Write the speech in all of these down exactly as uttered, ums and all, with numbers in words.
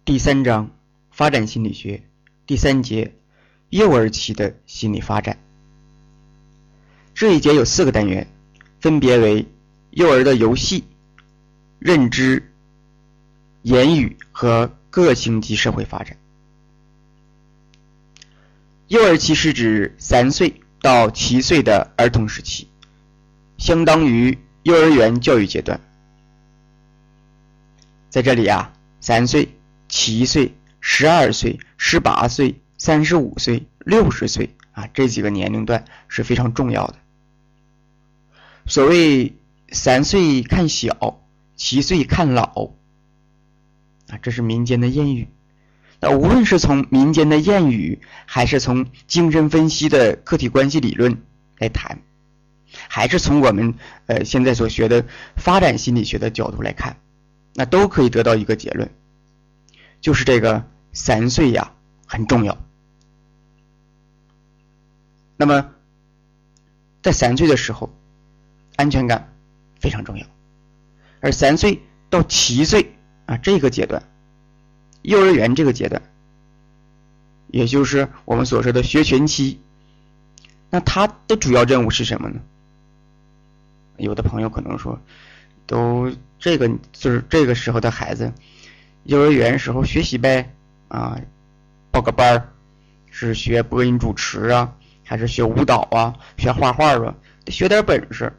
第三章发展心理学，第三节幼儿期的心理发展。这一节有四个单元，分别为幼儿的游戏、认知、言语和个性及社会发展。幼儿期是指三岁到七岁的儿童时期，相当于幼儿园教育阶段。在这里啊，三岁、七岁、十二岁、十八岁、三十五岁、六十岁啊，这几个年龄段是非常重要的。所谓三岁看小，七岁看老啊，这是民间的谚语。那无论是从民间的谚语，还是从精神分析的个体关系理论来谈，还是从我们呃现在所学的发展心理学的角度来看，那都可以得到一个结论，就是这个三岁呀很重要。那么在三岁的时候，安全感非常重要，而三岁到七岁啊这个阶段，幼儿园这个阶段，也就是我们所说的学前期，那它的主要任务是什么呢？有的朋友可能说，都这个就是这个时候的孩子，幼儿园时候学习呗啊，报个班是学播音主持啊，还是学舞蹈啊，学画画啊，得学点本事。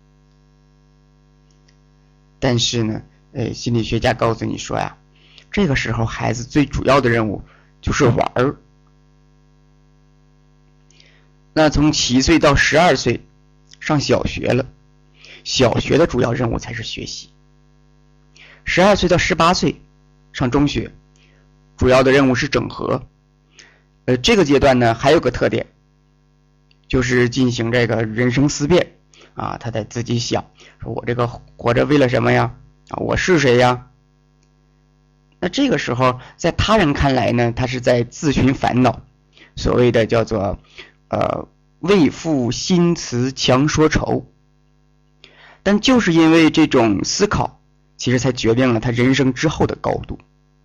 但是呢，呃，心理学家告诉你说呀，这个时候孩子最主要的任务就是玩儿。那从七岁到十二岁上小学了，小学的主要任务才是学习。十二岁到十八岁上中学，主要的任务是整合。呃，这个阶段呢还有个特点，就是进行这个人生思辨啊，他得自己想，说我这个活着为了什么呀？啊，我是谁呀？那这个时候在他人看来呢，他是在自寻烦恼，所谓的叫做呃为赋新词强说愁。但就是因为这种思考，其实才决定了他人生之后的高度。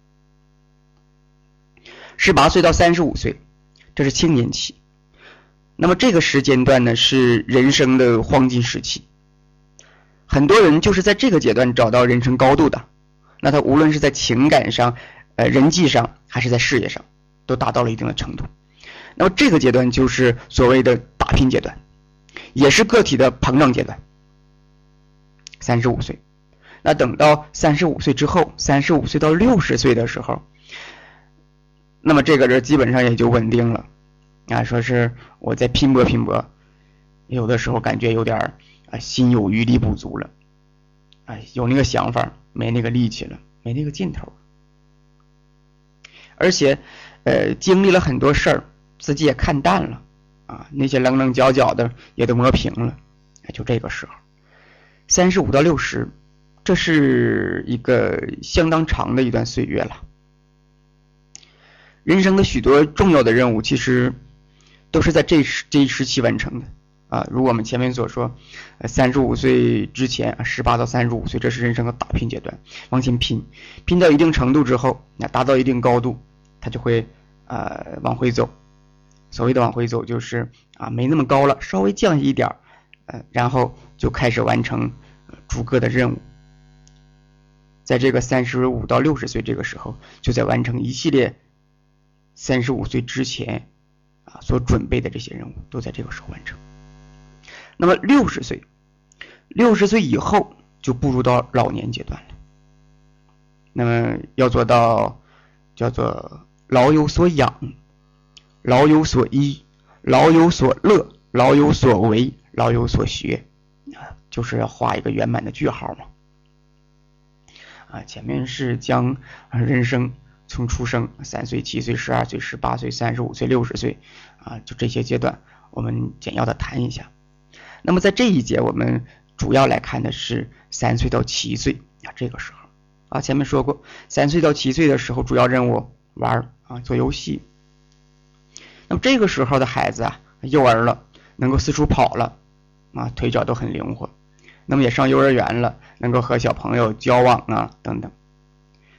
十八岁到三十五岁，这是青年期。那么这个时间段呢，是人生的黄金时期。很多人就是在这个阶段找到人生高度的。那他无论是在情感上、呃人际上，还是在事业上，都达到了一定的程度。那么这个阶段就是所谓的打拼阶段，也是个体的膨胀阶段。三十五岁，那等到三十五岁之后，三十五岁到六十岁的时候，那么这个人基本上也就稳定了啊，说是我在拼搏拼搏，有的时候感觉有点啊心有余力不足了，啊有那个想法，没那个力气了，没那个劲头，而且呃经历了很多事儿，自己也看淡了啊，那些棱棱角角的也都磨平了，就这个时候，三十五到六十，这是一个相当长的一段岁月了。人生的许多重要的任务，其实都是在这这一时期完成的啊。如我们前面所说，三十五岁之前，十八到三十五岁，这是人生的打拼阶段，往前拼，拼到一定程度之后，那达到一定高度，它就会呃往回走。所谓的往回走，就是啊没那么高了，稍微降一点，呃，然后就开始完成逐个的任务。在这个三十五到六十岁这个时候，就在完成一系列三十五岁之前啊所准备的这些任务，都在这个时候完成。那么六十岁，六十岁以后就步入到老年阶段了。那么要做到叫做老有所养，老有所依，老有所乐，老有所为，老有所学啊，就是要画一个圆满的句号嘛。啊，前面是将人生从出生三岁、七岁、十二岁、十八岁、三十五岁、六十岁啊，就这些阶段，我们简要的谈一下。那么在这一节，我们主要来看的是三岁到七岁啊，这个时候啊，前面说过，三岁到七岁的时候，主要任务玩啊，做游戏。那么这个时候的孩子啊，幼儿了，能够四处跑了啊，腿脚都很灵活。那么也上幼儿园了，能够和小朋友交往啊等等。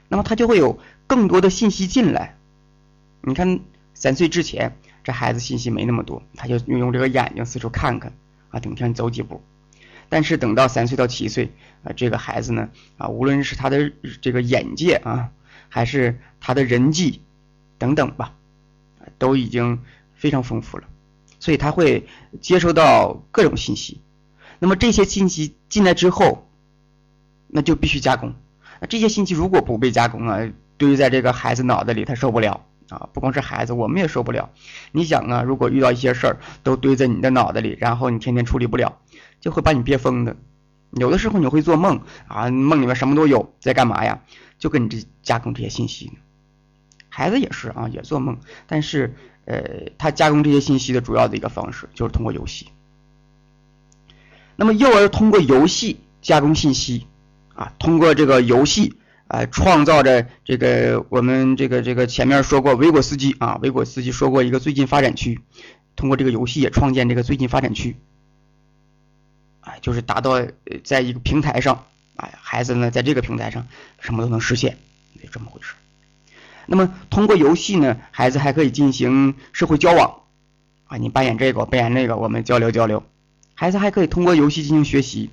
那么他就会有更多的信息进来。你看三岁之前这孩子信息没那么多，他就用这个眼睛四处看看啊，顶天走几步。但是等到三岁到七岁啊，这个孩子呢啊，无论是他的这个眼界啊，还是他的人际等等吧，都已经非常丰富了，所以他会接收到各种信息。那么这些信息进来之后，那就必须加工。那这些信息如果不被加工啊，堆在这个孩子脑袋里，他受不了啊。不光是孩子，我们也受不了。你想啊，如果遇到一些事儿都堆在你的脑袋里，然后你天天处理不了，就会把你憋疯的。有的时候你会做梦啊，梦里面什么都有，在干嘛呀？就跟你这加工这些信息呢。孩子也是啊，也做梦，但是呃，他加工这些信息的主要的一个方式就是通过游戏。那么幼儿通过游戏加工信息啊，通过这个游戏啊，创造着这个我们这个这个前面说过维果斯基啊，维果斯基说过一个最近发展区，通过这个游戏也创建这个最近发展区，啊，就是达到在一个平台上，啊，孩子呢在这个平台上什么都能实现，就这么回事。那么通过游戏呢，孩子还可以进行社会交往啊，你扮演这个，我扮演那个，我们交流交流。孩子还可以通过游戏进行学习。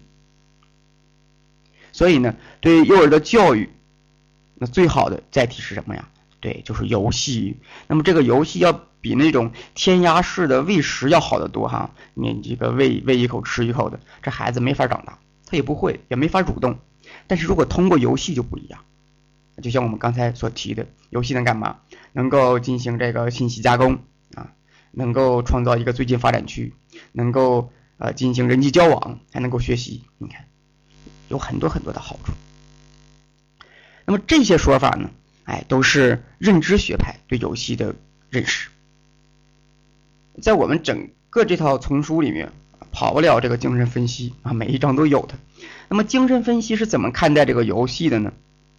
所以呢，对幼儿的教育，那最好的载体是什么呀？对，就是游戏。那么这个游戏要比那种填鸭式的喂食要好得多哈。你这个喂喂一口吃一口的，这孩子没法长大，他也不会，也没法主动。但是如果通过游戏就不一样。就像我们刚才所提的，游戏能干嘛？能够进行这个信息加工啊，能够创造一个最近发展区，能够呃进行人际交往，还能够学习。你看，有很多很多的好处。那么这些说法呢，哎，都是认知学派对游戏的认识。在我们整个这套丛书里面，跑不了这个精神分析啊，每一章都有的。那么精神分析是怎么看待这个游戏的呢？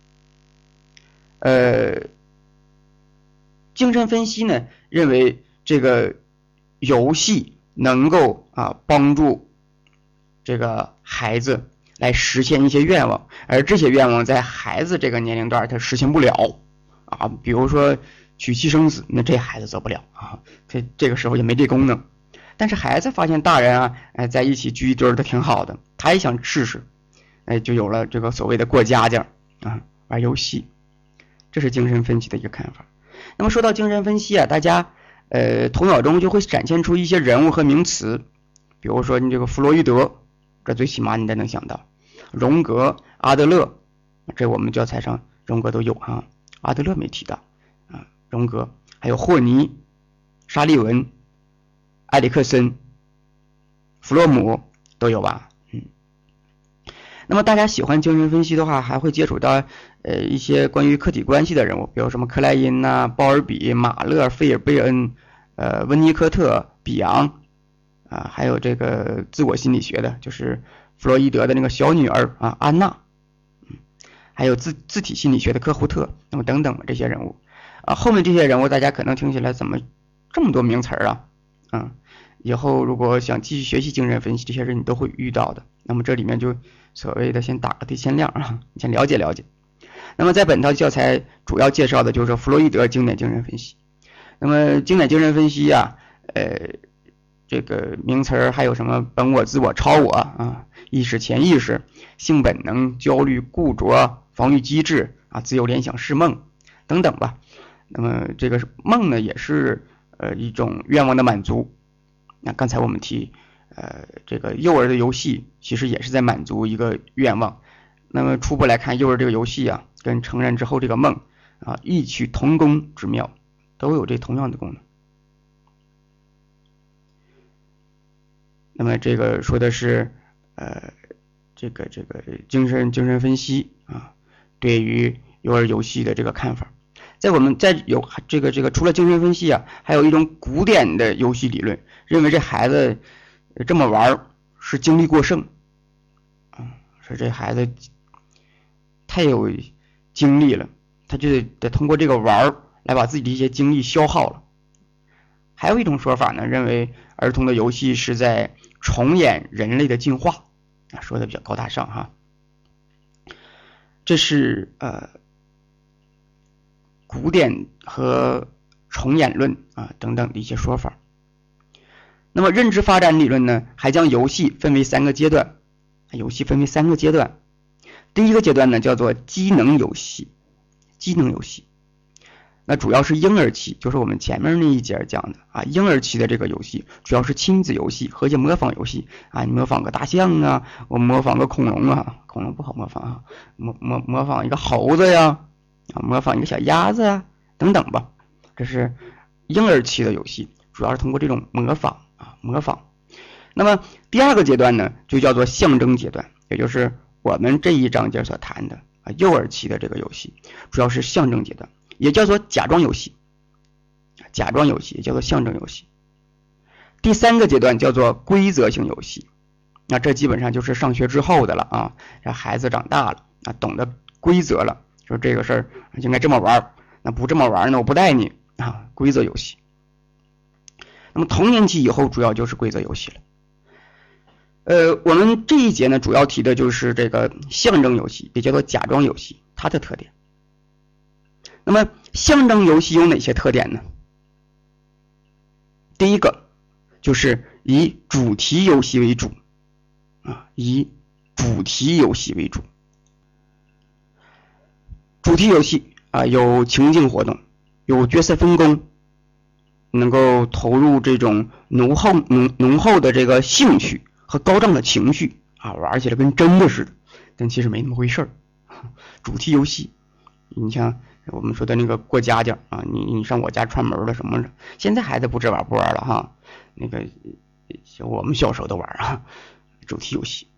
呃，精神分析呢认为这个游戏能够啊帮助这个孩子来实现一些愿望，而这些愿望在孩子这个年龄段他实现不了啊，比如说娶妻生子，那这孩子做不了啊，这这个时候也没这功能。但是孩子发现大人啊，哎在一起聚一堆的挺好的，他也想试试，哎就有了这个所谓的过家家啊，玩游戏。这是精神分析的一个看法。那么说到精神分析啊，大家呃头脑中就会展现出一些人物和名词，比如说你这个弗洛伊德，这最起码你得能想到；荣格、阿德勒，这我们教材上荣格都有哈，阿德勒没提到啊，荣格，还有霍尼、沙利文、埃里克森、弗洛姆都有吧？嗯。那么大家喜欢精神分析的话，还会接触到呃一些关于客体关系的人物，比如什么克莱因呐、啊、鲍尔比、马勒、费尔贝恩、呃温尼科特、比昂啊，还有这个自我心理学的，就是弗洛伊德的那个小女儿啊安娜，嗯，还有自自体心理学的科胡特，那么等等这些人物啊，后面这些人物大家可能听起来怎么这么多名词啊？嗯，以后如果想继续学习精神分析，这些人你都会遇到的。那么这里面就所谓的先打个提前量啊，你先了解了解。那么在本套教材主要介绍的就是弗洛伊德经典精神分析。那么经典精神分析啊，呃，这个名词还有什么本我、自我、超我啊，意识、潜意识、性本能、焦虑、固着、防御机制啊，自由联想、是梦等等吧。那么这个梦呢，也是呃一种愿望的满足。那刚才我们提呃这个幼儿的游戏其实也是在满足一个愿望。那么初步来看，幼儿这个游戏啊，跟成人之后这个梦啊，异曲同工之妙，都有这同样的功能。那么这个说的是呃这个这个精神精神分析啊，对于幼儿游戏的这个看法。在我们在有这个这个除了精神分析啊，还有一种古典的游戏理论，认为这孩子这么玩是精力过剩啊，说这孩子太有精力了，他就得通过这个玩来把自己的一些精力消耗了。还有一种说法呢，认为儿童的游戏是在重演人类的进化啊，说的比较高大上哈。这是呃古典和重演论啊等等的一些说法。那么认知发展理论呢，还将游戏分为三个阶段，游戏分为三个阶段。第一个阶段呢叫做机能游戏，机能游戏，那主要是婴儿期，就是我们前面那一节讲的啊，婴儿期的这个游戏主要是亲子游戏和一些模仿游戏啊，你模仿个大象啊，我模仿个恐龙啊，恐龙不好模仿啊，模模模仿一个猴子呀，啊，模仿一个小鸭子呀，等等吧。这是婴儿期的游戏，主要是通过这种模仿啊，模仿。那么第二个阶段呢，就叫做象征阶段，也就是我们这一章节所谈的啊，幼儿期的这个游戏，主要是象征阶段，也叫做假装游戏，假装游戏也叫做象征游戏。第三个阶段叫做规则性游戏，那这基本上就是上学之后的了啊，让孩子长大了啊，懂得规则了，说这个事儿应该这么玩，那不这么玩呢，我不带你啊，规则游戏。那么童年期以后主要就是规则游戏了。呃，我们这一节呢，主要提的就是这个象征游戏，也叫做假装游戏，它的特点。那么象征游戏有哪些特点呢？第一个就是以主题游戏为主啊，以主题游戏为主。主题游戏啊，有情境活动，有角色分工，能够投入这种浓厚浓浓厚的这个兴趣和高涨的情绪啊，玩起来跟真的似的，但其实没那么回事儿。主题游戏，你像我们说的那个过家家啊，你你上我家串门了什么的，现在孩子不知玩不玩了哈，那个我们小时候都玩啊，主题游戏。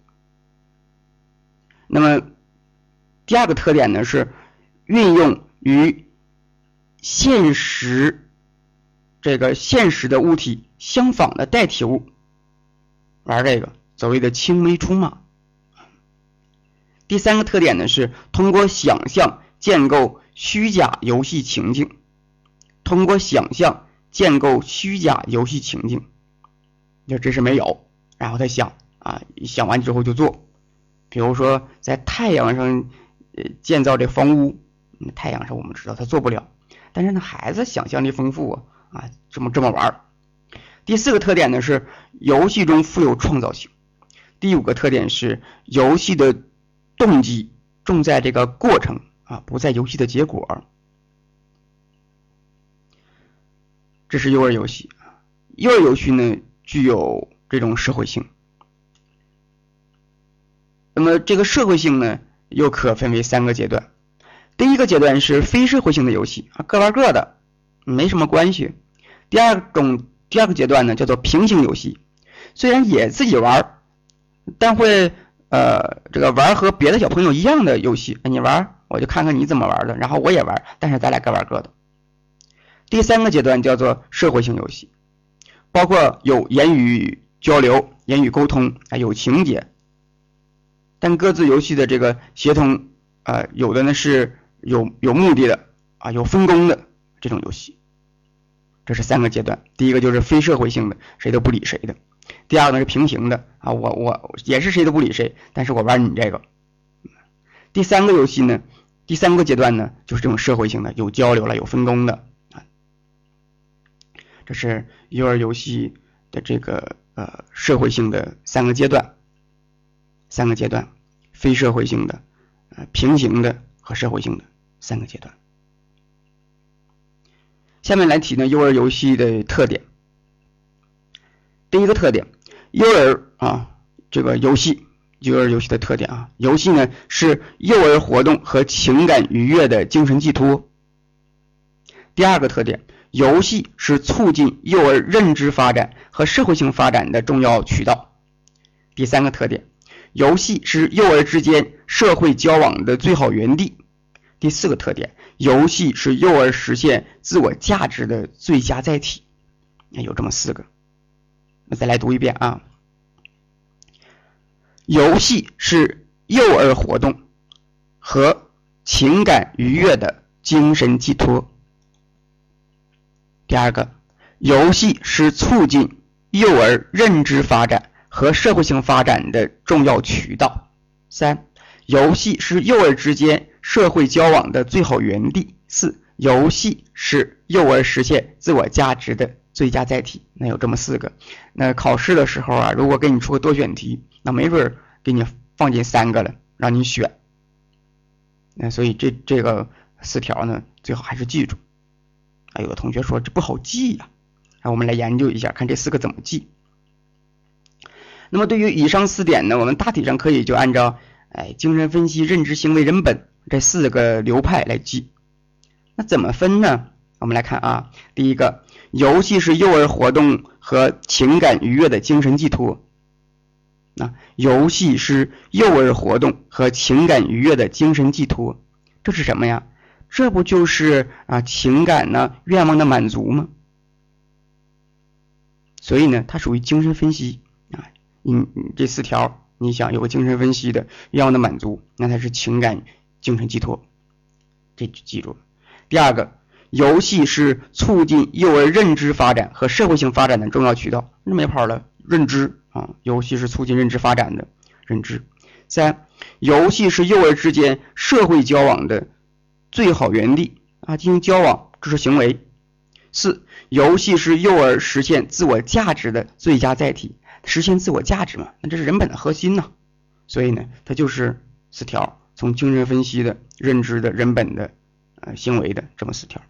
那么第二个特点呢是运用与现实这个现实的物体相仿的代替物，玩这个所谓的青梅竹马。第三个特点呢是通过想象建构虚假游戏情境，通过想象建构虚假游戏情境，就这是没有，然后他想啊，想完之后就做。比如说在太阳上呃建造这房屋，太阳上我们知道他做不了，但是呢孩子想象力丰富啊，啊这么这么玩。第四个特点呢是游戏中富有创造性。第五个特点是游戏的动机重在这个过程啊，不在游戏的结果。这是幼儿游戏。幼儿游戏呢具有这种社会性。那么这个社会性呢又可分为三个阶段。第一个阶段是非社会性的游戏啊，各玩各的，没什么关系。第二种第二个阶段呢叫做平行游戏，虽然也自己玩，但会呃这个玩和别的小朋友一样的游戏，你玩我就看看你怎么玩的，然后我也玩，但是咱俩各玩各的。第三个阶段叫做社会性游戏，包括有言语交流、言语沟通，还有情节，但各自游戏的这个协同啊、呃，有的呢是有有目的的啊，有分工的这种游戏。这是三个阶段，第一个就是非社会性的，谁都不理谁的。第二个呢是平行的啊，我我也是谁都不理谁，但是我玩你这个。第三个游戏呢，第三个阶段呢就是这种社会性的，有交流了，有分工的啊。这是幼儿游戏的这个呃社会性的三个阶段，三个阶段，非社会性的、呃平行的和社会性的三个阶段。下面来提呢幼儿游戏的特点。第一个特点，幼儿啊这个游戏，幼儿游戏的特点啊，游戏呢是幼儿活动和情感愉悦的精神寄托。第二个特点，游戏是促进幼儿认知发展和社会性发展的重要渠道。第三个特点，游戏是幼儿之间社会交往的最好园地。第四个特点，游戏是幼儿实现自我价值的最佳载体。有这么四个，那再来读一遍啊。游戏是幼儿活动和情感愉悦的精神寄托。第二个，游戏是促进幼儿认知发展和社会性发展的重要渠道。三，游戏是幼儿之间社会交往的最好园地。四， 游戏是幼儿实现自我价值的最佳载体。那有这么四个，那考试的时候啊，如果给你出个多选题，那没准给你放进三个了，让你选。那所以这这个四条呢，最好还是记住。啊，有的同学说这不好记呀，啊，我们来研究一下，看这四个怎么记。那么对于以上四点呢，我们大体上可以就按照哎精神分析、认知行为人本这四个流派来记。那怎么分呢？我们来看啊，第一个，游戏是幼儿活动和情感愉悦的精神寄托。啊，游戏是幼儿活动和情感愉悦的精神寄托，这是什么呀？这不就是啊情感呢、愿望的满足吗？所以呢，它属于精神分析啊。你你这四条，你想有个精神分析的愿望的满足，那它是情感精神寄托，这就记住了。第二个，游戏是促进幼儿认知发展和社会性发展的重要渠道，那没跑了，认知啊，游戏是促进认知发展的认知。三，游戏是幼儿之间社会交往的最好园地啊，进行交往，这是行为。四，游戏是幼儿实现自我价值的最佳载体，实现自我价值嘛，那这是人本的核心呢。所以呢，它就是四条，从精神分析的、认知的、人本的、呃行为的这么四条。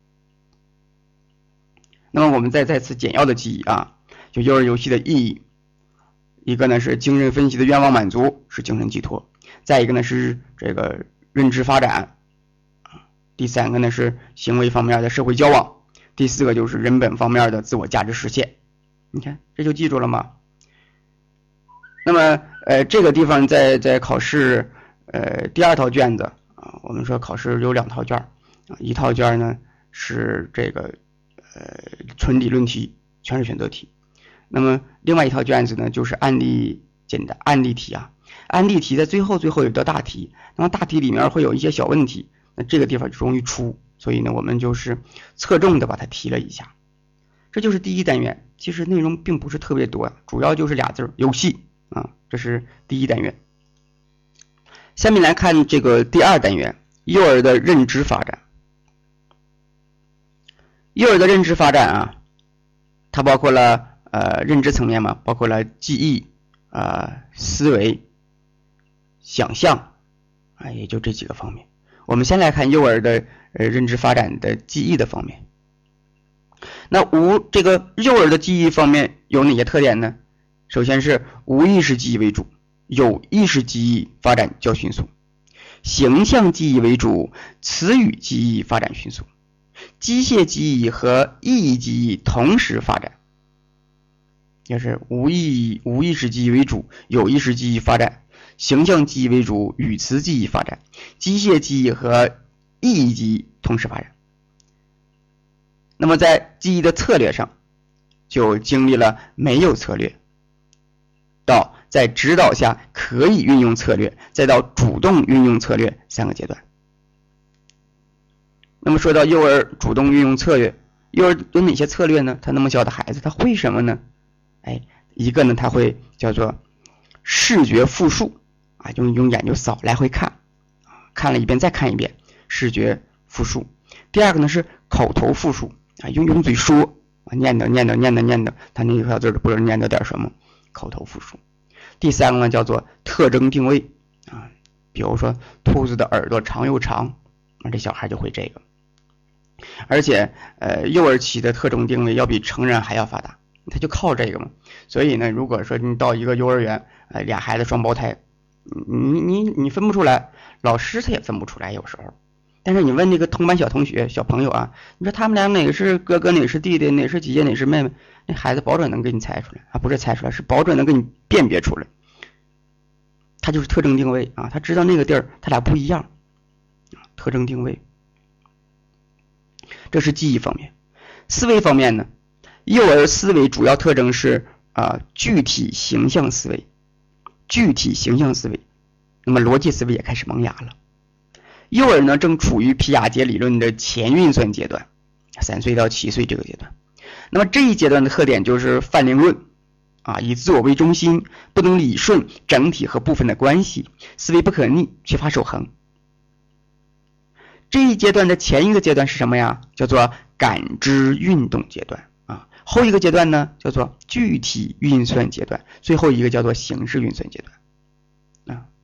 那么我们再再次简要的记忆啊，就幼儿游戏的意义，一个呢是精神分析的愿望满足，是精神寄托；再一个呢是这个认知发展，第三个呢是行为方面的社会交往，第四个就是人本方面的自我价值实现。你看这就记住了吗？那么呃这个地方在在考试呃第二套卷子啊，我们说考试有两套卷啊，一套卷呢是这个呃纯理论题，全是选择题。那么另外一套卷子呢就是案例简单案例题啊，案例题在最后最后有道大题，那么大题里面会有一些小问题，那这个地方就容易出，所以呢我们就是侧重的把它提了一下。这就是第一单元，其实内容并不是特别多，主要就是俩字，游戏啊，这是第一单元。下面来看这个第二单元，幼儿的认知发展。幼儿的认知发展啊，它包括了呃认知层面嘛，包括了记忆啊、呃、思维、想象啊，也就这几个方面。我们先来看幼儿的呃认知发展的记忆的方面。那无这个幼儿的记忆方面有哪些特点呢？首先是无意识记忆为主，有意识记忆发展较迅速；形象记忆为主，词语记忆发展迅速；机械记忆和意义记忆同时发展，就是无意无意识记忆为主，有意识记忆发展；形象记忆为主，语词记忆发展；机械记忆和意义记忆同时发展。那么在记忆的策略上，就经历了没有策略，到在指导下可以运用策略，再到主动运用策略三个阶段。那么说到幼儿主动运用策略，幼儿有哪些策略呢？他那么小的孩子，他会什么呢？哎，一个呢，他会叫做视觉复述啊，用用眼睛扫来回看，看了一遍再看一遍，视觉复述。第二个呢是口头复述啊，用用嘴说啊，念叨念叨念叨念叨，他那一小字不知道念叨点什么，口头复述。第三个呢叫做特征定位啊，比如说兔子的耳朵长又长，那这小孩就会这个。而且呃幼儿期的特征定位要比成人还要发达，他就靠这个嘛。所以呢，如果说你到一个幼儿园，呃俩孩子双胞胎，你你你分不出来，老师他也分不出来有时候。但是你问那个同班小同学小朋友啊，你说他们俩哪个是哥哥，哪个是弟弟，哪是姐姐，哪是妹妹，那孩子保准能给你猜出来啊，不是猜出来，是保准能给你辨别出来。他就是特征定位啊，他知道那个地儿他俩不一样，特征定位。这是记忆方面。思维方面呢，幼儿思维主要特征是啊、呃、具体形象思维，具体形象思维，那么逻辑思维也开始萌芽了。幼儿呢正处于皮亚杰理论的前运算阶段，三岁到七岁这个阶段。那么这一阶段的特点就是泛灵论啊，以自我为中心，不能理顺整体和部分的关系，思维不可逆，缺乏守恒。 这一阶段的前一个阶段是什么呀？叫做感知运动阶段啊。后一个阶段呢叫做具体运算阶段，最后一个叫做形式运算阶段啊。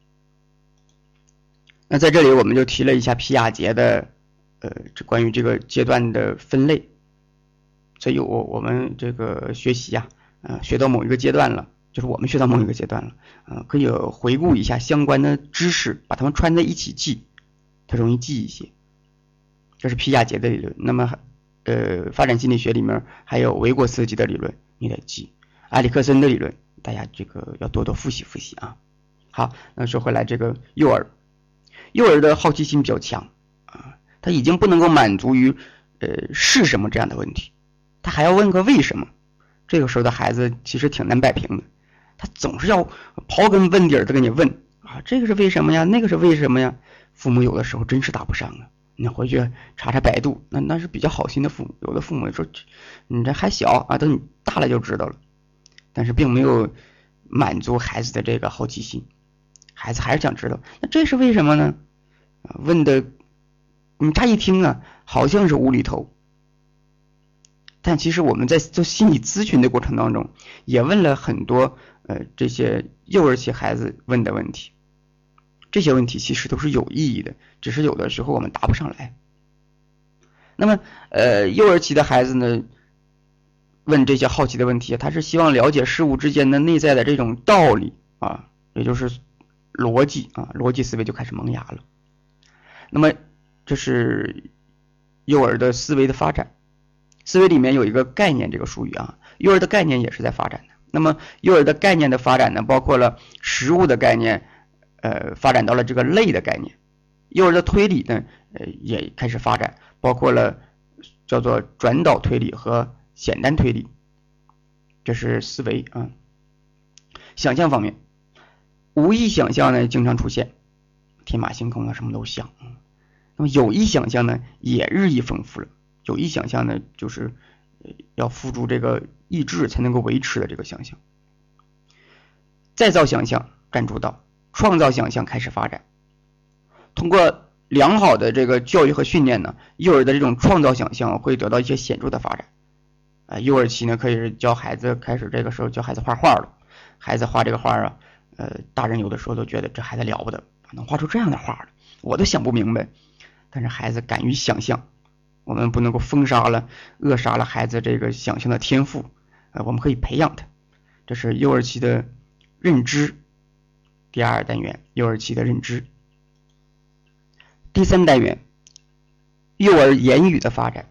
那在这里我们就提了一下皮亚杰的呃这关于这个阶段的分类。所以我我们这个学习呀、啊，呃，学到某一个阶段了，就是我们学到某一个阶段了，呃，可以回顾一下相关的知识，把它们串在一起记，它容易记一些。这是皮亚杰的理论。那么，呃，发展心理学里面还有维果斯基的理论，你得记。埃里克森的理论，大家这个要多多复习复习啊。好，那说回来，这个幼儿，幼儿的好奇心比较强啊，他已经不能够满足于呃是什么这样的问题。他还要问个为什么，这个时候的孩子其实挺难摆平的，他总是要刨根问底的跟你问啊，这个是为什么呀，那个是为什么呀？父母有的时候真是答不上啊，你回去查查百度，那那是比较好心的父母。有的父母说你这还小啊，等你大了就知道了，但是并没有满足孩子的这个好奇心，孩子还是想知道，那这是为什么呢？问的你乍一听啊，好像是无厘头。但其实我们在做心理咨询的过程当中，也问了很多呃这些幼儿期孩子问的问题，这些问题其实都是有意义的，只是有的时候我们答不上来。那么呃幼儿期的孩子呢，问这些好奇的问题，他是希望了解事物之间的内在的这种道理啊，也就是逻辑啊，逻辑思维就开始萌芽了。那么这是幼儿的思维的发展。思维里面有一个概念这个术语啊，幼儿的概念也是在发展的。那么幼儿的概念的发展呢，包括了实物的概念，呃，发展到了这个类的概念。幼儿的推理呢，呃，也开始发展，包括了叫做转导推理和简单推理。这是思维啊。想象方面，无意想象呢经常出现，天马行空啊，什么都想。那么有意想象呢，也日益丰富了。有意想象呢，就是要付诸这个意志才能够维持的这个想象。再造想象占主导，创造想象开始发展。通过良好的这个教育和训练呢，幼儿的这种创造想象会得到一些显著的发展。啊，幼儿期呢可以教孩子开始这个时候教孩子画画了，孩子画这个画啊，呃，大人有的时候都觉得这孩子了不得，能画出这样的画了，我都想不明白。但是孩子敢于想象。我们不能够封杀了、扼杀了孩子这个想象的天赋，呃，我们可以培养他。这是幼儿期的认知，第二单元幼儿期的认知。第三单元幼儿言语的发展。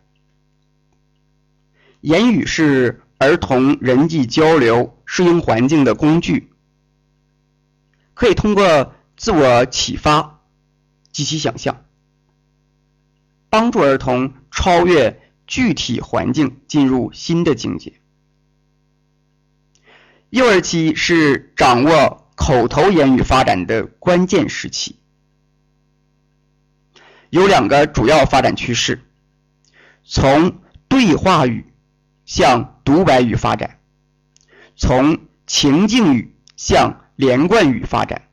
言语是儿童人际交流、适应环境的工具，可以通过自我启发、激起想象，帮助儿童超越具体环境，进入新的境界。幼儿期是掌握口头言语发展的关键时期，有两个主要发展趋势：从对话语向独白语发展，从情境语向连贯语发展。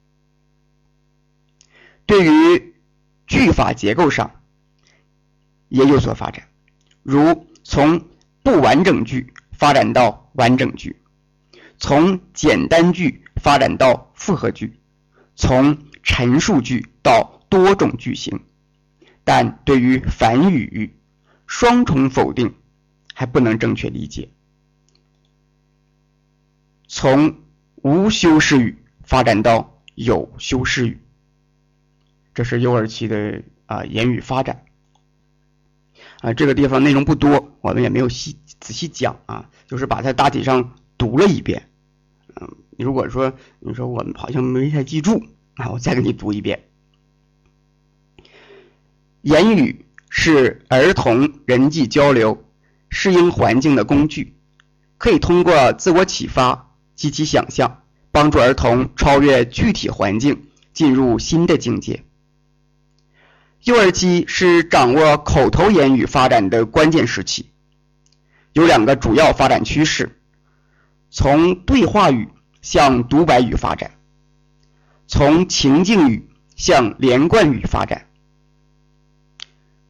对于句法结构上也有所发展，如从不完整句发展到完整句，从简单句发展到复合句，从陈述句到多种句型。但对于反语、双重否定还不能正确理解。从无修饰语发展到有修饰语，这是幼儿期的啊言语发展。啊，这个地方内容不多，我们也没有细仔细讲啊，就是把它大体上读了一遍。嗯，如果说你说我们好像没太记住啊，我再给你读一遍。言语是儿童人际交流、适应环境的工具，可以通过自我启发、激起想象，帮助儿童超越具体环境，进入新的境界。幼儿期是掌握口头言语发展的关键时期，有两个主要发展趋势：从对话语向独白语发展，从情境语向连贯语发展。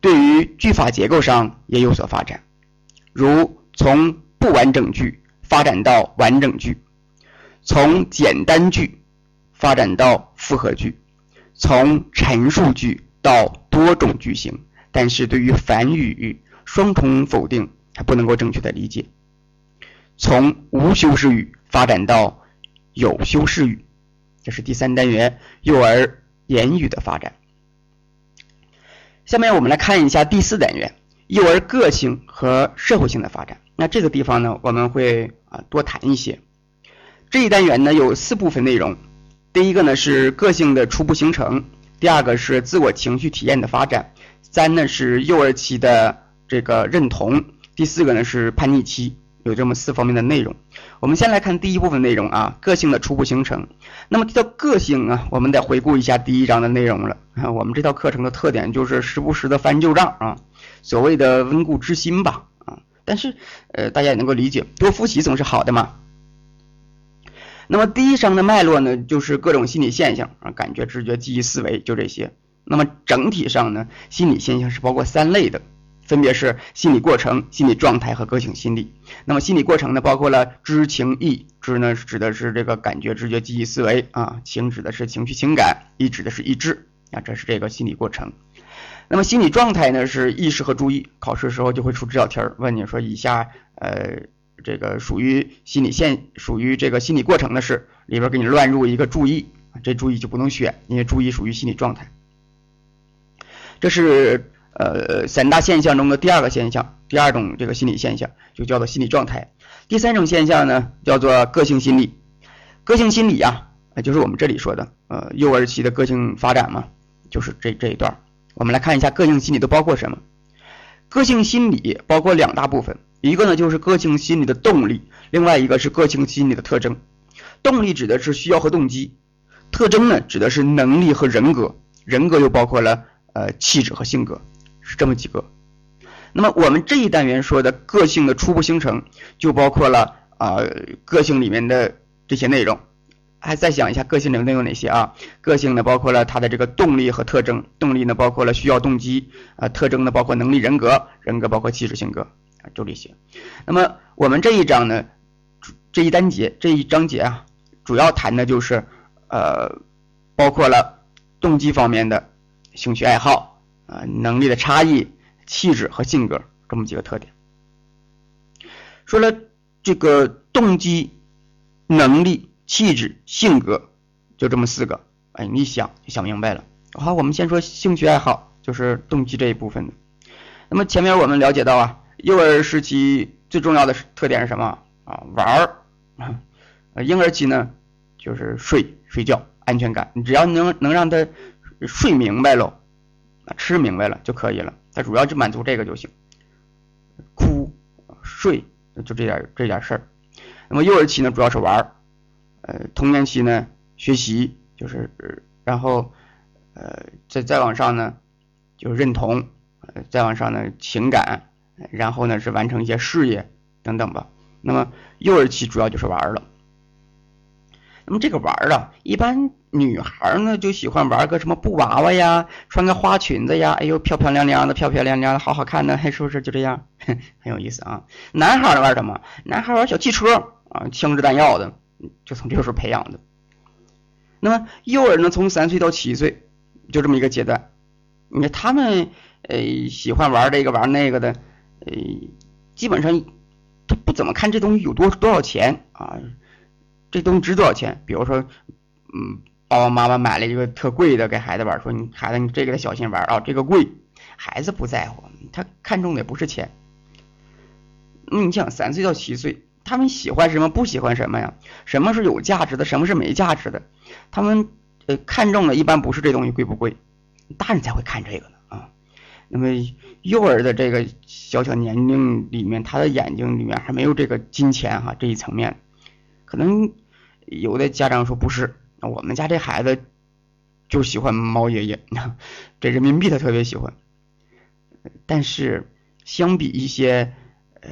对于句法结构上也有所发展，如从不完整句发展到完整句，从简单句发展到复合句，从陈述句到多种句型。但是对于反语、双重否定还不能够正确的理解。从无修饰语发展到有修饰语，这是第三单元幼儿言语的发展。下面我们来看一下第四单元幼儿个性和社会性的发展。那这个地方呢，我们会啊多谈一些。这一单元呢有四部分内容，第一个呢是个性的初步形成，第二个是自我情绪体验的发展，三呢是幼儿期的这个认同，第四个呢是叛逆期，有这么四方面的内容。我们先来看第一部分内容啊，个性的初步形成。那么提到个性啊，我们得回顾一下第一章的内容了啊。我们这套课程的特点就是时不时的翻旧账啊，所谓的温故知新吧啊。但是呃，大家也能够理解，多复习总是好的嘛。那么第一章的脉络呢，就是各种心理现象啊，感觉、知觉、记忆、思维，就这些。那么整体上呢，心理现象是包括三类的，分别是心理过程、心理状态和个性心理。那么心理过程呢，包括了知、情、意。知呢指的是这个感觉、知觉、记忆、思维啊，情指的是情绪、情感，意指的是意志啊，这是这个心理过程。那么心理状态呢，是意识和注意。考试时候就会出这道题儿，问你说以下呃这个属于心理现属于这个心理过程的是，里边给你乱入一个注意，这注意就不能选，因为注意属于心理状态。这是呃三大现象中的第二个现象，第二种这个心理现象就叫做心理状态。第三种现象呢叫做个性心理。个性心理啊，就是我们这里说的呃幼儿期的个性发展嘛，就是这这一段。我们来看一下个性心理都包括什么。个性心理包括两大部分，一个呢就是个性心理的动力，另外一个是个性心理的特征。动力指的是需要和动机，特征呢指的是能力和人格，人格又包括了呃气质和性格，是这么几个。那么我们这一单元说的个性的初步形成，就包括了啊、呃、个性里面的这些内容。还再想一下个性里面有哪些啊？个性呢包括了它的这个动力和特征，动力呢包括了需要、动机啊、呃，特征呢包括能力、人格，人格包括气质、性格啊，就这些。那么我们这一章呢，这一单节这一章节啊，主要谈的就是呃，包括了动机方面的兴趣爱好啊、呃，能力的差异、气质和性格这么几个特点。说了这个动机、能力、气质、性格，就这么四个，哎，你想就想明白了。好，我们先说兴趣爱好，就是动机这一部分的。那么前面我们了解到啊，幼儿时期最重要的特点是什么啊？玩儿啊。婴儿期呢，就是睡睡觉，安全感。你只要能能让他睡明白了，吃明白了就可以了。他主要就满足这个就行。哭、睡，就这点这点事儿。那么幼儿期呢，主要是玩儿。呃，童年期呢，学习就是，然后呃，再再往上呢，就是认同，呃，再往上呢，情感，然后呢是完成一些事业等等吧。那么幼儿期主要就是玩了。那么这个玩啊，一般女孩呢就喜欢玩个什么布娃娃呀，穿个花裙子呀，哎呦漂漂亮亮的，漂漂亮亮的，好好看的，是不是就这样？很有意思啊。男孩玩什么？男孩玩小汽车啊，枪支弹药的。就从这个时候培养的。那么幼儿呢，从三岁到七岁，就这么一个阶段。你看他们呃喜欢玩这个玩那个的，呃基本上他不怎么看这东西有多多少钱啊，这东西值多少钱。比如说，嗯，爸爸妈妈买了一个特贵的给孩子玩，说你孩子你这个得小心玩啊，这个贵，孩子不在乎，他看重的也不是钱。那你想三岁到七岁。他们喜欢什么不喜欢什么呀？什么是有价值的，什么是没价值的？他们呃看重的一般不是这东西贵不贵，大人才会看这个呢啊。那么幼儿的这个小小年龄里面，他的眼睛里面还没有这个金钱哈这一层面。可能有的家长说不是，我们家这孩子就喜欢猫爷爷，这人民币他特别喜欢。但是相比一些呃。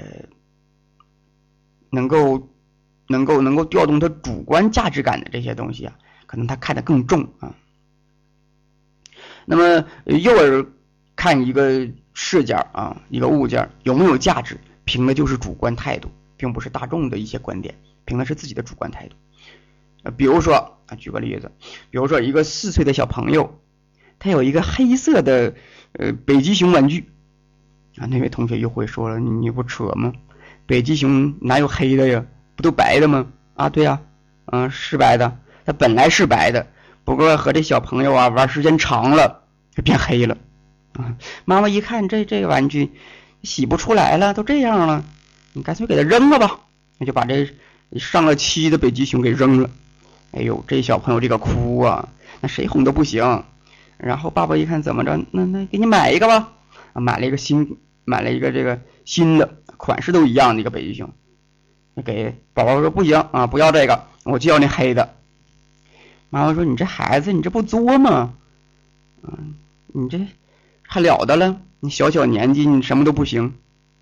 能够能够能够调动他主观价值感的这些东西啊，可能他看得更重啊。那么幼儿看一个事件啊，一个物件有没有价值，凭的就是主观态度，并不是大众的一些观点，凭的是自己的主观态度。呃，比如说啊，举个例子，比如说一个四岁的小朋友，他有一个黑色的呃北极熊玩具啊，那位同学又会说了，你你不扯吗？北极熊哪有黑的呀？不都白的吗？啊，对呀、啊，嗯，是白的，它本来是白的，不过和这小朋友啊玩时间长了，就变黑了。啊，妈妈一看这这个玩具洗不出来了，都这样了，你干脆给它扔了吧，那就把这上了漆的北极熊给扔了。哎呦，这小朋友这个哭啊，那谁哄都不行。然后爸爸一看怎么着，那那给你买一个吧，啊，买了一个新，买了一个这个新的，款式都一样的一个北极熊。给宝宝说不行啊，不要这个，我就要那黑的。妈妈说你这孩子，你这不作吗？嗯，你这还了得了？你小小年纪，你什么都不行。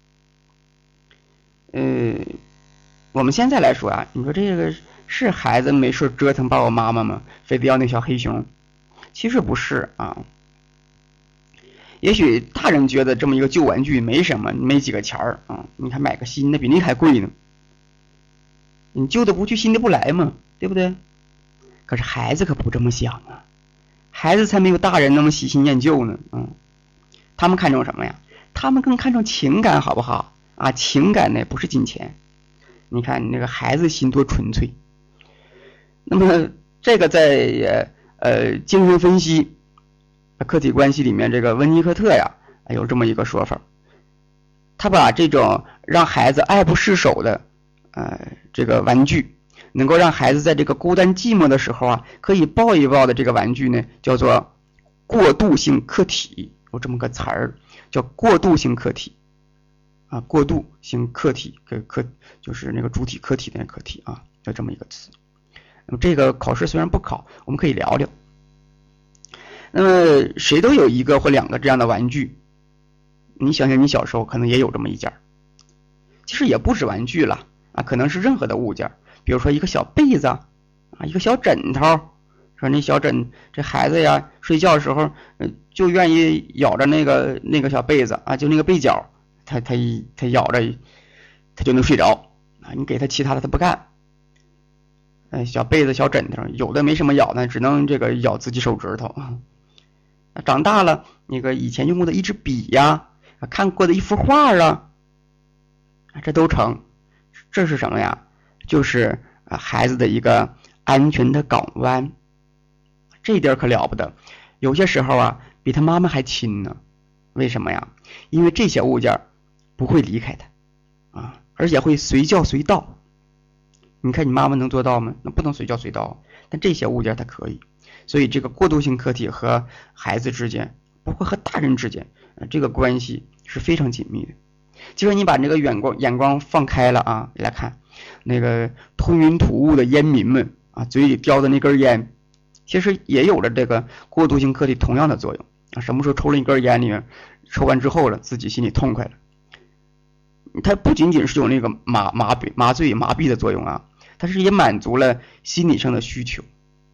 呃，我们现在来说啊，你说这个是孩子没事折腾爸爸妈妈吗？非得要那小黑熊？其实不是啊。也许大人觉得这么一个旧玩具没什么，没几个钱儿啊，你看买个新的比那还贵呢。你旧的不去，新的不来嘛，对不对？可是孩子可不这么想啊，孩子才没有大人那么喜新厌旧呢。嗯，他们看重什么呀？他们更看重情感，好不好啊？情感呢，不是金钱。你看那个孩子心多纯粹。那么这个在呃精神分析、客体关系里面，这个温尼科特呀有这么一个说法，他把这种让孩子爱不释手的呃这个玩具，能够让孩子在这个孤单寂寞的时候啊可以抱一抱的这个玩具呢，叫做过渡性客体，有这么个词儿叫过渡性客体啊，过渡性客体跟客就是那个主体客体的客体啊，有这么一个词。那么这个考试虽然不考，我们可以聊聊。那么谁都有一个或两个这样的玩具，你想想你小时候可能也有这么一件，其实也不止玩具了啊，可能是任何的物件，比如说一个小被子啊，一个小枕头，说那小枕这孩子呀睡觉的时候就愿意咬着那个那个小被子啊，就那个被角，他他一他咬着他就能睡着啊，你给他其他的他不干。呃，小被子、小枕头，有的没什么咬呢，只能这个咬自己手指头。长大了，那个以前用过的一支笔呀，看过的一幅画啊，这都成。这是什么呀？就是孩子的一个安全的港湾。这一点可了不得，有些时候啊，比他妈妈还亲呢。为什么呀？因为这些物件不会离开他啊，而且会随叫随到。你看你妈妈能做到吗？那不能随叫随到，但这些物件它可以。所以这个过渡性客体和孩子之间，包括和大人之间，呃、这个关系是非常紧密的。就是你把这个眼光眼光放开了啊，来看那个吞云吐雾的烟民们啊，嘴里叼的那根烟，其实也有着这个过渡性客体同样的作用啊。什么时候抽了一根烟里面，抽完之后了，自己心里痛快了。它不仅仅是有那个麻麻痹麻醉麻痹的作用啊，它是也满足了心理上的需求。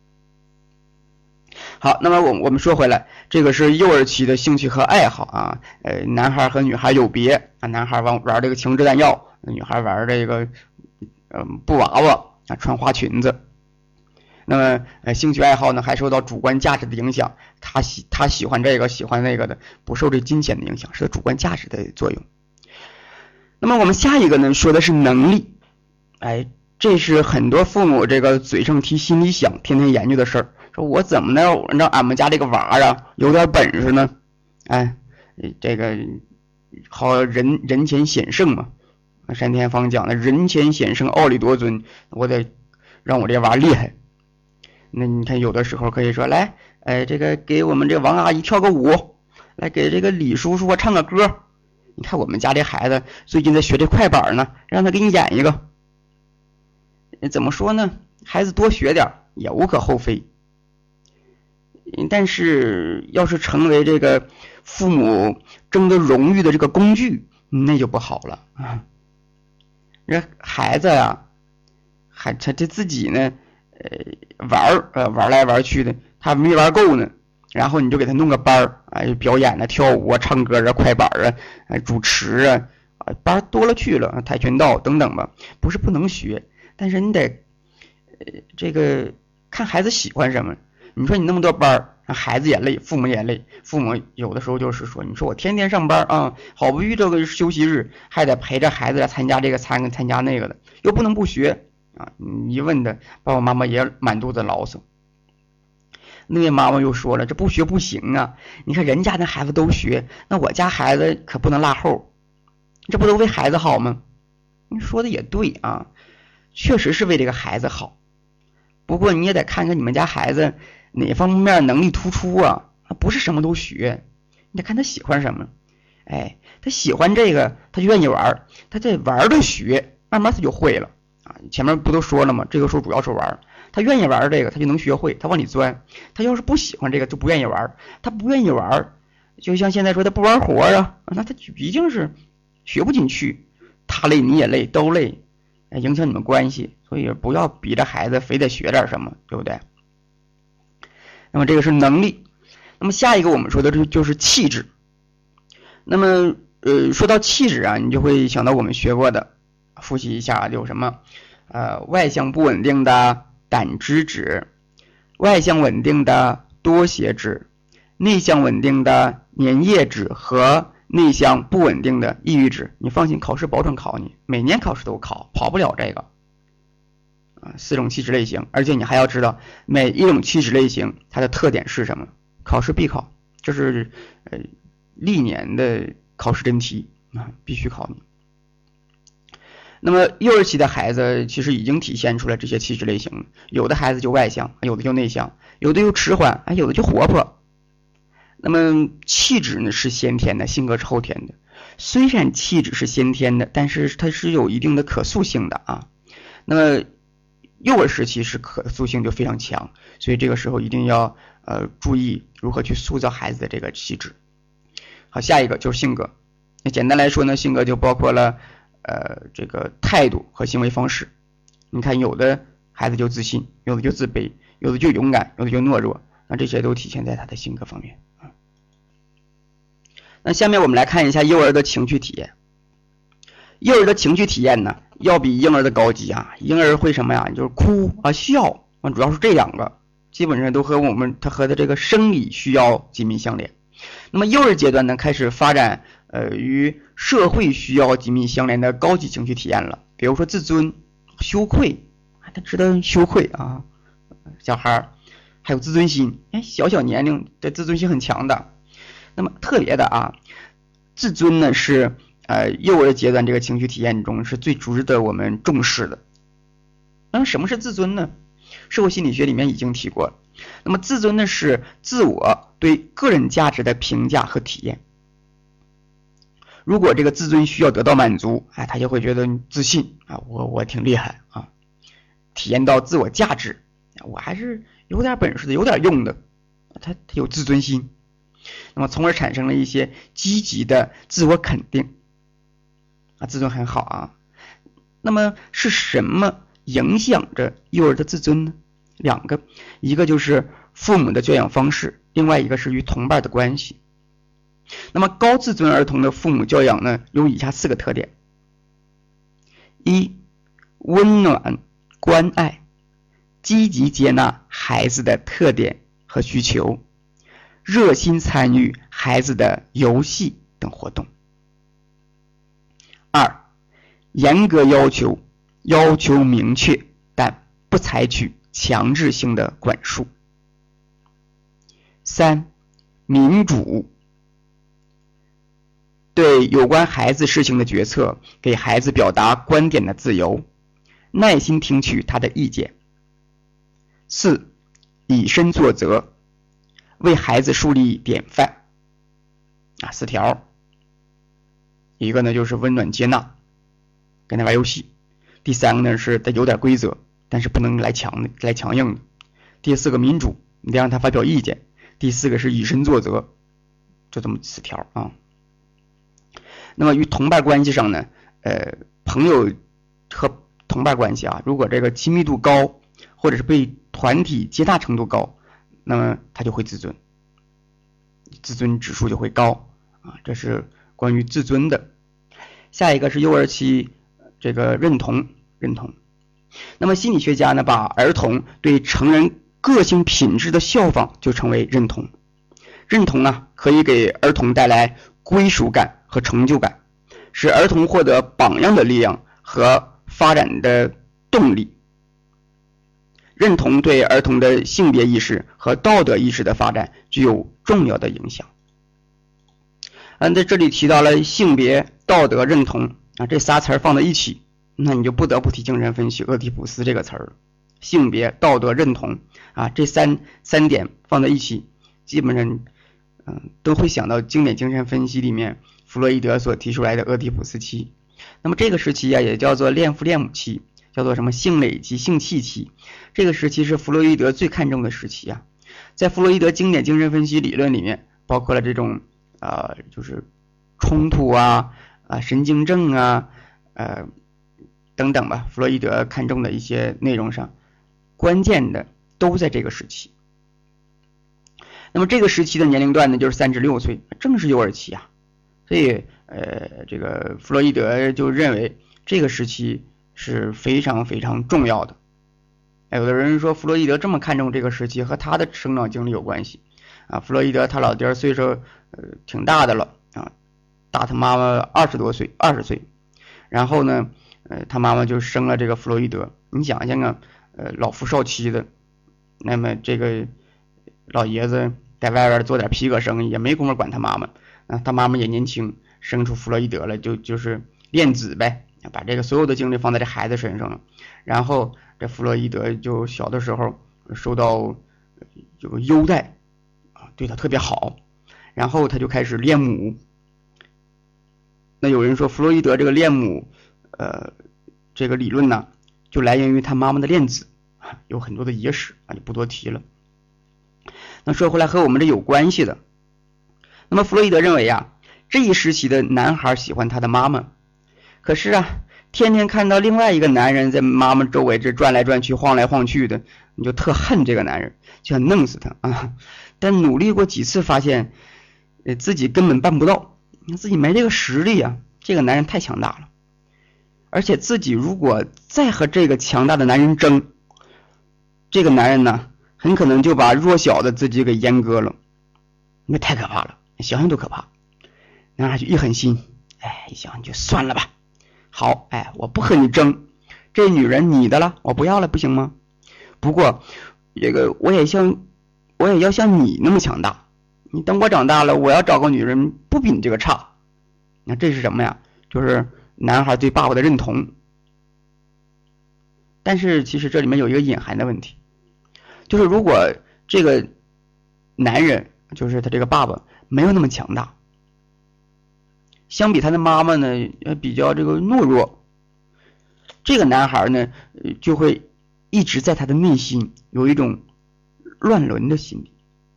好，那么我我们说回来，这个是幼儿期的兴趣和爱好啊，呃，男孩和女孩有别啊，男孩玩玩这个情之弹药，女孩玩这个呃布娃娃啊，穿花裙子。那么呃兴趣爱好呢，还受到主观价值的影响，他喜他喜欢这个喜欢那个的，不受这金钱的影响，是主观价值的作用。那么我们下一个呢，说的是能力，哎，这是很多父母这个嘴上提心里想，天天研究的事儿。说我怎么能让俺们家这个娃啊有点本事呢？哎，这个好人人前显圣嘛。单田芳讲的人前显圣，傲立多尊，我得让我这娃厉害。那你看有的时候可以说，来，哎，这个给我们这王阿姨跳个舞，来给这个李叔叔唱个歌。你看我们家这孩子最近在学这快板呢，让他给你演一个。怎么说呢？孩子多学点也无可厚非。但是要是成为这个父母争得荣誉的这个工具，那就不好了啊。这孩子呀，还他这自己呢，呃，玩呃玩来玩去的，他没玩够呢， 然后你就给他弄个班儿，哎，表演啊、跳舞啊、唱歌啊、快板啊、哎、主持啊，啊，班多了去了，跆拳道等等吧，不是不能学，但是你得，呃，这个看孩子喜欢什么。你说你那么多班儿，孩子也累，父母也累，父母有的时候就是说，你说我天天上班啊，好不容易这个休息日，还得陪着孩子来参加这个参参加那个的，又不能不学啊。你一问他，爸爸妈妈也满肚子牢骚。那位妈妈又说了，这不学不行啊！你看人家那孩子都学，那我家孩子可不能落后，这不都为孩子好吗？你说的也对啊，确实是为这个孩子好。不过你也得看看你们家孩子哪方面能力突出啊，不是什么都学，你得看他喜欢什么。哎，他喜欢这个，他就愿意玩，他这玩的学，慢慢他就会了啊。前面不都说了吗？这个时候主要是玩。他愿意玩这个，他就能学会，他往里钻。他要是不喜欢这个，就不愿意玩。他不愿意玩，就像现在说他不玩活啊，那他一定是学不进去，他累你也累，都累，影响你们关系。所以不要逼着孩子非得学点什么，对不对？那么这个是能力。那么下一个我们说的就就是气质。那么呃，说到气质啊，你就会想到我们学过的，复习一下有什么？呃，外向不稳定的胆汁质，外向稳定的多血质，内向稳定的粘液质和内向不稳定的抑郁质。你放心，考试保证考你，每年考试都考，跑不了这个啊。四种气质类型，而且你还要知道每一种气质类型它的特点是什么，考试必考，这是呃历年的考试真题啊，必须考你。那么幼儿期的孩子其实已经体现出来这些气质类型，有的孩子就外向，有的就内向，有的就迟缓，有的就活泼。那么气质呢是先天的，性格是后天的。虽然气质是先天的，但是它是有一定的可塑性的啊。那么幼儿时期是可塑性就非常强，所以这个时候一定要呃注意如何去塑造孩子的这个气质。好，下一个就是性格。那简单来说呢，性格就包括了呃，这个态度和行为方式。你看有的孩子就自信，有的就自卑，有的就勇敢，有的就懦弱，那这些都体现在他的性格方面啊。那下面我们来看一下幼儿的情绪体验。幼儿的情绪体验呢，要比婴儿的高级啊。婴儿会什么呀？就是哭啊、笑啊，主要是这两个，基本上都和我们他和的这个生理需要紧密相连。那么幼儿阶段呢，开始发展呃与社会需要紧密相连的高级情绪体验了，比如说自尊、羞愧，他知道羞愧啊，小孩还有自尊心，哎，小小年龄的自尊心很强的。那么特别的啊，自尊呢是呃幼儿阶段这个情绪体验中是最值得我们重视的。那么什么是自尊呢？社会心理学里面已经提过了。那么自尊呢是自我对个人价值的评价和体验。如果这个自尊需要得到满足，哎，他就会觉得自信啊，我我挺厉害啊，体验到自我价值，我还是有点本事的，有点用的，他他有自尊心，那么从而产生了一些积极的自我肯定啊，自尊很好啊。那么是什么影响着幼儿的自尊呢？两个，一个就是父母的教养方式，另外一个是与同伴的关系。那么高自尊儿童的父母教养呢，有以下四个特点：一、温暖关爱，积极接纳孩子的特点和需求，热心参与孩子的游戏等活动。二、严格要求，要求明确，但不采取强制性的管束。三、民主，对有关孩子事情的决策，给孩子表达观点的自由，耐心听取他的意见。四、以身作则，为孩子树立典范。啊，四条。一个呢就是温暖接纳，跟他玩游戏。第三个呢是得有点规则，但是不能来强来强硬的。第四个民主，你得让他发表意见。第四个是以身作则，就这么四条啊。那么与同伴关系上呢，呃，朋友和同伴关系啊，如果这个亲密度高，或者是被团体接纳程度高，那么他就会自尊自尊指数就会高啊。这是关于自尊的。下一个是幼儿期这个认同认同。那么心理学家呢，把儿童对成人个性品质的效仿就称为认同。认同呢，可以给儿童带来归属感和成就感，使儿童获得榜样的力量和发展的动力。认同对儿童的性别意识和道德意识的发展具有重要的影响。嗯，在这里提到了性别、道德、认同啊，这仨词儿放在一起，那你就不得不提精神分析俄狄浦斯这个词儿。性别、道德、认同啊，这三三点放在一起，基本上嗯都会想到经典精神分析里面弗洛伊德所提出来的俄狄浦斯期。那么这个时期啊，也叫做恋父恋母期，叫做什么性累积性器期。这个时期是弗洛伊德最看重的时期啊。在弗洛伊德经典精神分析理论里面，包括了这种呃就是冲突啊啊神经症啊呃等等吧，弗洛伊德看重的一些内容上，关键的都在这个时期。那么这个时期的年龄段呢，就是三至六岁，正是幼儿期啊。所以呃这个弗洛伊德就认为这个时期是非常非常重要的。有的人说弗洛伊德这么看重这个时期，和他的成长经历有关系啊。弗洛伊德他老爹岁数呃挺大的了啊，大他妈妈二十多岁，二十岁。然后呢，呃他妈妈就生了这个弗洛伊德。你想想啊，呃老夫少妻的，那么这个老爷子在外边做点皮革生意，也没工夫管他妈妈。啊，他妈妈也年轻，生出弗洛伊德了，就就是恋子呗，把这个所有的精力放在这孩子身上了。然后这弗洛伊德就小的时候受到这个优待啊，对他特别好，然后他就开始恋母。那有人说弗洛伊德这个恋母呃这个理论呢，就来源于他妈妈的恋子，有很多的野史啊，就不多提了。那说回来和我们这有关系的，那么弗洛伊德认为啊，这一时期的男孩喜欢他的妈妈，可是啊天天看到另外一个男人在妈妈周围这转来转去晃来晃去的，你就特恨这个男人，就想弄死他啊。但努力过几次发现呃自己根本办不到，自己没这个实力啊，这个男人太强大了，而且自己如果再和这个强大的男人争，这个男人呢很可能就把弱小的自己给阉割了，那太可怕了，想想都可怕。男孩就一狠心，哎，一想就算了吧，好，哎，我不和你争，这女人你的了，我不要了，不行吗？不过这个我也像我也要像你那么强大，你等我长大了，我要找个女人不比你这个差。那这是什么呀？就是男孩对爸爸的认同。但是其实这里面有一个隐含的问题，就是如果这个男人就是他这个爸爸没有那么强大，相比他的妈妈呢比较这个懦弱，这个男孩呢就会一直在他的内心有一种乱伦的心理。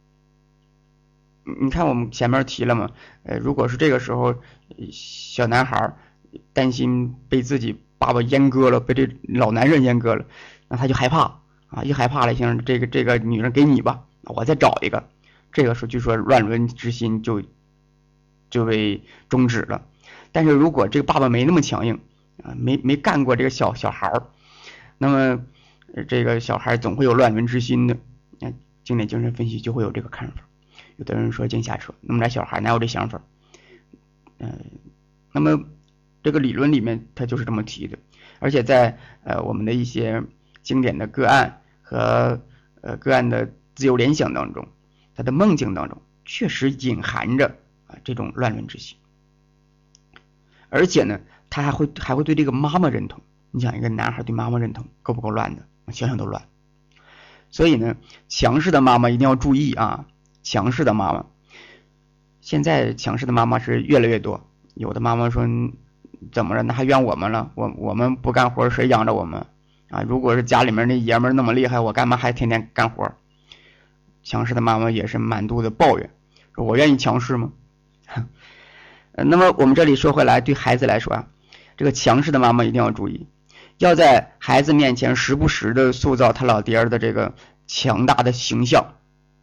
你看我们前面提了嘛，呃，如果是这个时候小男孩担心被自己爸爸阉割了，被这老男人阉割了，那他就害怕啊，一害怕了，行，这个这个女人给你吧，我再找一个。这个时候据说乱伦之心就就被终止了。但是如果这个爸爸没那么强硬啊，没没干过这个小小孩，那么这个小孩总会有乱伦之心的。那经典精神分析就会有这个看法。有的人说净瞎扯，那么来小孩哪有这想法？嗯、呃，那么这个理论里面它就是这么提的，而且在呃我们的一些经典的个案和呃个案的自由联想当中，他的梦境当中确实隐含着啊这种乱伦之心，而且呢，他还会还会对这个妈妈认同。你想一个男孩对妈妈认同，够不够乱的？想想都乱。所以呢，强势的妈妈一定要注意啊。强势的妈妈，现在强势的妈妈是越来越多。有的妈妈说怎么了？那还怨我们了？我我们不干活谁养着我们啊？如果是家里面那爷们那么厉害，我干嘛还天天干活？强势的妈妈也是满肚子抱怨，说我愿意强势吗？那么我们这里说回来，对孩子来说啊，这个强势的妈妈一定要注意，要在孩子面前时不时的塑造他老爹的这个强大的形象。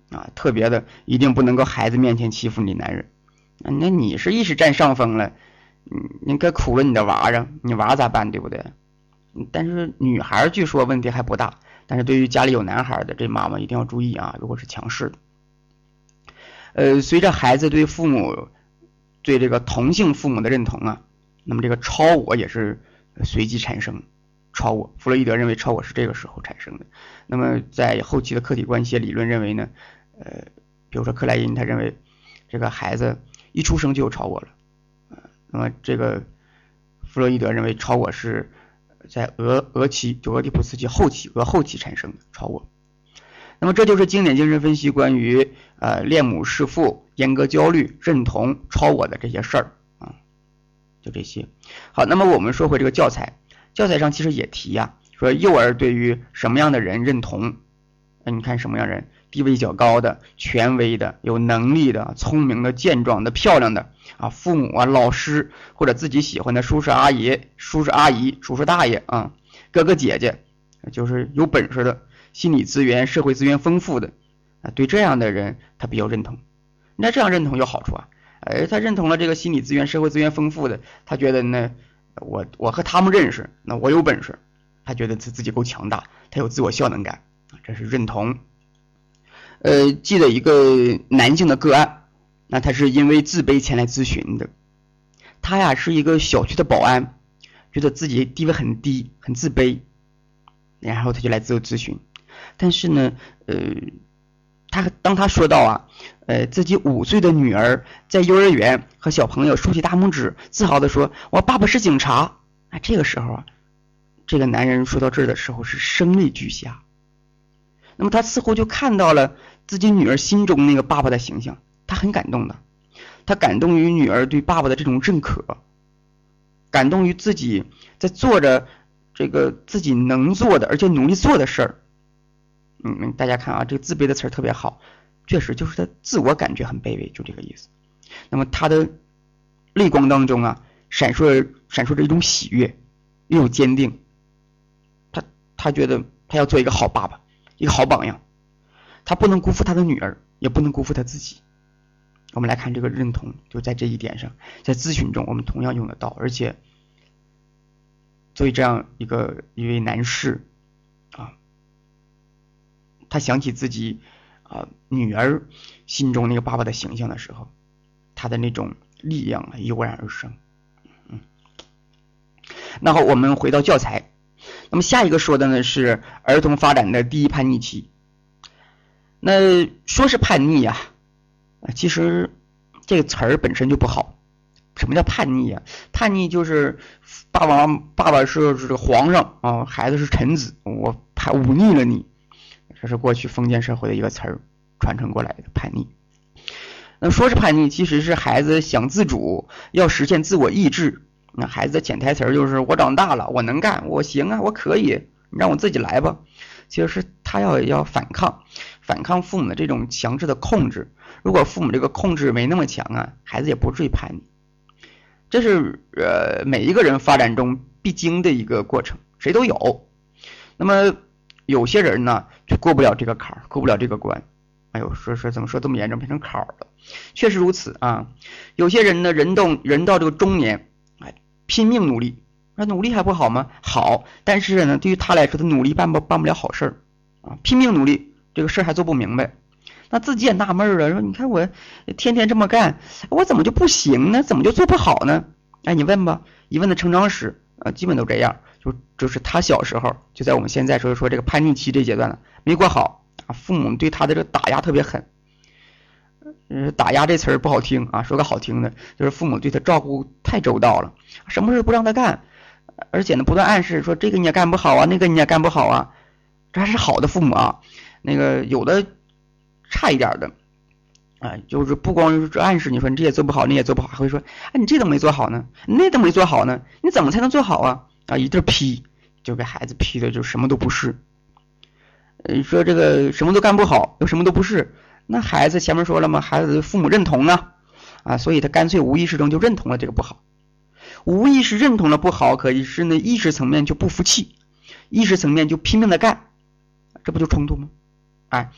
啊，特别的一定不能够孩子面前欺负你男人，啊，那你是意识占上风了，嗯，你该苦了你的娃啊，你娃咋办，对不对？但是女孩据说问题还不大，但是对于家里有男孩的，这妈妈一定要注意啊，如果是强势的。呃，随着孩子对父母对这个同性父母的认同啊，那么这个超我也是随即产生。超我，弗洛伊德认为超我是这个时候产生的。那么在后期的客体关系理论认为呢，呃，比如说克莱因他认为这个孩子一出生就有超我了，呃、那么这个弗洛伊德认为超我是在俄俄期就俄狄浦斯期后期俄后期产生的超我。那么这就是经典精神分析关于呃恋母弑父、严格焦虑、认同、超我的这些事儿啊，就这些。好，那么我们说回这个教材。教材上其实也提呀、啊，说幼儿对于什么样的人认同，那你看什么样人，地位较高的、权威的、有能力的、聪明的、健壮的、漂亮的啊，父母啊、老师或者自己喜欢的叔叔阿姨、叔叔阿姨、叔叔大爷啊、哥哥姐姐，就是有本事的、心理资源、社会资源丰富的啊，对这样的人他比较认同。那这样认同有好处啊，呃，他认同了这个心理资源、社会资源丰富的，他觉得呢。我我和他们认识，那我有本事，他觉得自自己够强大，他有自我效能感，这是认同。呃，记得一个男性的个案，那他是因为自卑前来咨询的。他呀是一个小区的保安，觉得自己地位很低，很自卑，然后他就来自由咨询。但是呢，呃，他当他说到啊，呃，自己五岁的女儿在幼儿园和小朋友竖起大拇指，自豪地说：“我爸爸是警察。”啊，这个时候啊，这个男人说到这儿的时候是声泪俱下。那么他似乎就看到了自己女儿心中那个爸爸的形象，他很感动的。他感动于女儿对爸爸的这种认可，感动于自己在做着这个自己能做的而且努力做的事儿。嗯，大家看啊，这个自卑的词儿特别好，确实就是他自我感觉很卑微，就这个意思。那么他的泪光当中啊，闪烁闪烁着一种喜悦，一种坚定。他他觉得他要做一个好爸爸，一个好榜样。他不能辜负他的女儿，也不能辜负他自己。我们来看这个认同，就在这一点上，在咨询中我们同样用得到。而且作为这样一个一位男士啊，他想起自己啊女儿心中那个爸爸的形象的时候，他的那种力量啊油然而生。嗯，那好，我们回到教材。那么下一个说的呢是儿童发展的第一叛逆期。那说是叛逆啊，其实这个词儿本身就不好。什么叫叛逆啊？叛逆就是爸爸爸爸是这个皇上啊，孩子是臣子，我叛忤逆了你。这是过去封建社会的一个词儿传承过来的叛逆。那说是叛逆，其实是孩子想自主，要实现自我意志。那孩子的潜台词就是我长大了，我能干，我行啊，我可以，你让我自己来吧。其实是他要要反抗，反抗父母的这种强制的控制。如果父母这个控制没那么强啊，孩子也不至于叛逆。这是呃每一个人发展中必经的一个过程，谁都有。那么有些人呢就过不了这个坎儿，过不了这个关。哎呦，说说怎么说这么严重，变成坎儿了？确实如此啊。有些人呢，人到人到这个中年，哎，拼命努力，那努力还不好吗？好，但是呢，对于他来说，他努力办不办不了好事儿啊，拼命努力，这个事儿还做不明白。那自己也纳闷了，说你看我天天这么干，我怎么就不行呢？怎么就做不好呢？哎，你问吧，一问的成长史啊，基本都这样，就就是他小时候就在我们现在说说这个叛逆期这阶段了，没过好啊，父母对他的这个打压特别狠。呃，打压这词儿不好听啊，说个好听的，就是父母对他照顾太周到了，什么事不让他干，而且呢不断暗示说这个你也干不好啊，那个你也干不好啊，这还是好的父母啊。那个有的差一点的啊，就是不光是暗示你说你这也做不好，那也做不好，还会说啊你这怎么没做好呢？那怎么没做好呢？你怎么才能做好啊？啊，一顿批，就给孩子批的就什么都不是。呃，说这个什么都干不好，又什么都不是，那孩子前面说了吗？孩子的父母认同啊，啊，所以他干脆无意识中就认同了这个不好，无意识认同了不好，可是呢意识层面就不服气，意识层面就拼命的干，这不就冲突吗？哎。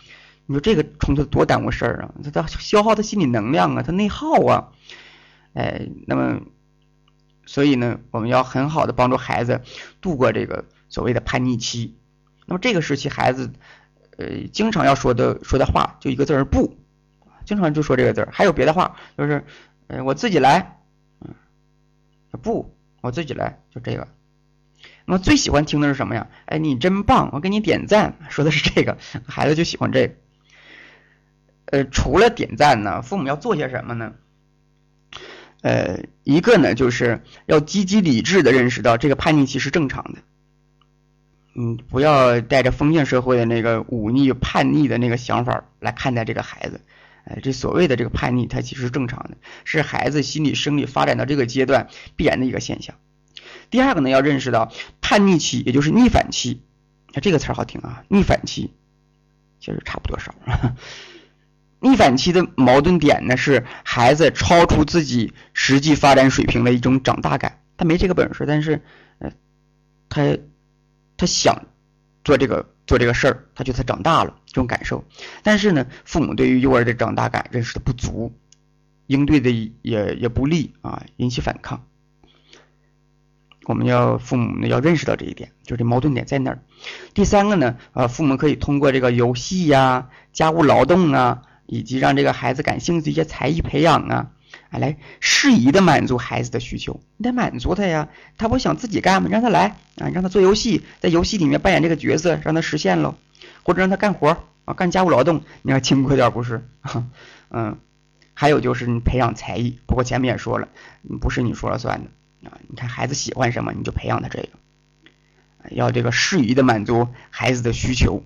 你说这个冲突多耽误事儿啊！他他消耗他心理能量啊，他内耗啊，哎，那么所以呢，我们要很好的帮助孩子度过这个所谓的叛逆期。那么这个时期孩子，呃，经常要说的说的话就一个字儿不，经常就说这个字儿。还有别的话就是，呃，我自己来，嗯，不，我自己来，就这个。那么最喜欢听的是什么呀？哎，你真棒，我给你点赞，说的是这个，孩子就喜欢这个。呃，除了点赞呢，父母要做些什么呢？呃，一个呢，就是要积极理智的认识到这个叛逆期是正常的。嗯，不要带着封建社会的那个忤逆、叛逆的那个想法来看待这个孩子。呃，这所谓的这个叛逆，它其实是正常的，是孩子心理生理发展到这个阶段必然的一个现象。第二个呢，要认识到叛逆期，也就是逆反期。这个词儿好听啊，逆反期，其实差不多少。逆反期的矛盾点呢，是孩子超出自己实际发展水平的一种长大感。他没这个本事，但是，呃，他他想做这个做这个事儿，他觉得他长大了这种感受。但是呢，父母对于幼儿的长大感认识的不足，应对的也也不利啊，引起反抗。我们要父母呢要认识到这一点，就是这矛盾点在哪儿。第三个呢，呃，父母可以通过这个游戏呀、家务劳动啊，以及让这个孩子感兴趣的一些才艺培养啊，啊，来适宜的满足孩子的需求。你得满足他呀，他不想自己干吗？让他来啊，让他做游戏，在游戏里面扮演这个角色，让他实现了，或者让他干活啊，干家务劳动，你要勤快点不是？嗯，还有就是你培养才艺，不过前面也说了，不是你说了算的。啊，你看孩子喜欢什么，你就培养他这个，要这个适宜的满足孩子的需求。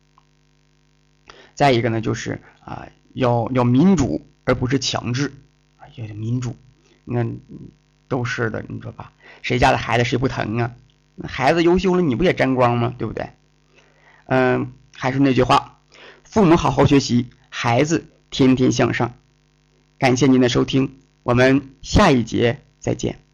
再一个呢，就是啊，要要民主而不是强制，啊，要民主。你看都是的，你说吧，谁家的孩子谁不疼啊？孩子优秀了，你不也沾光吗？对不对？嗯，还是那句话，父母好好学习，孩子天天向上。感谢您的收听，我们下一节再见。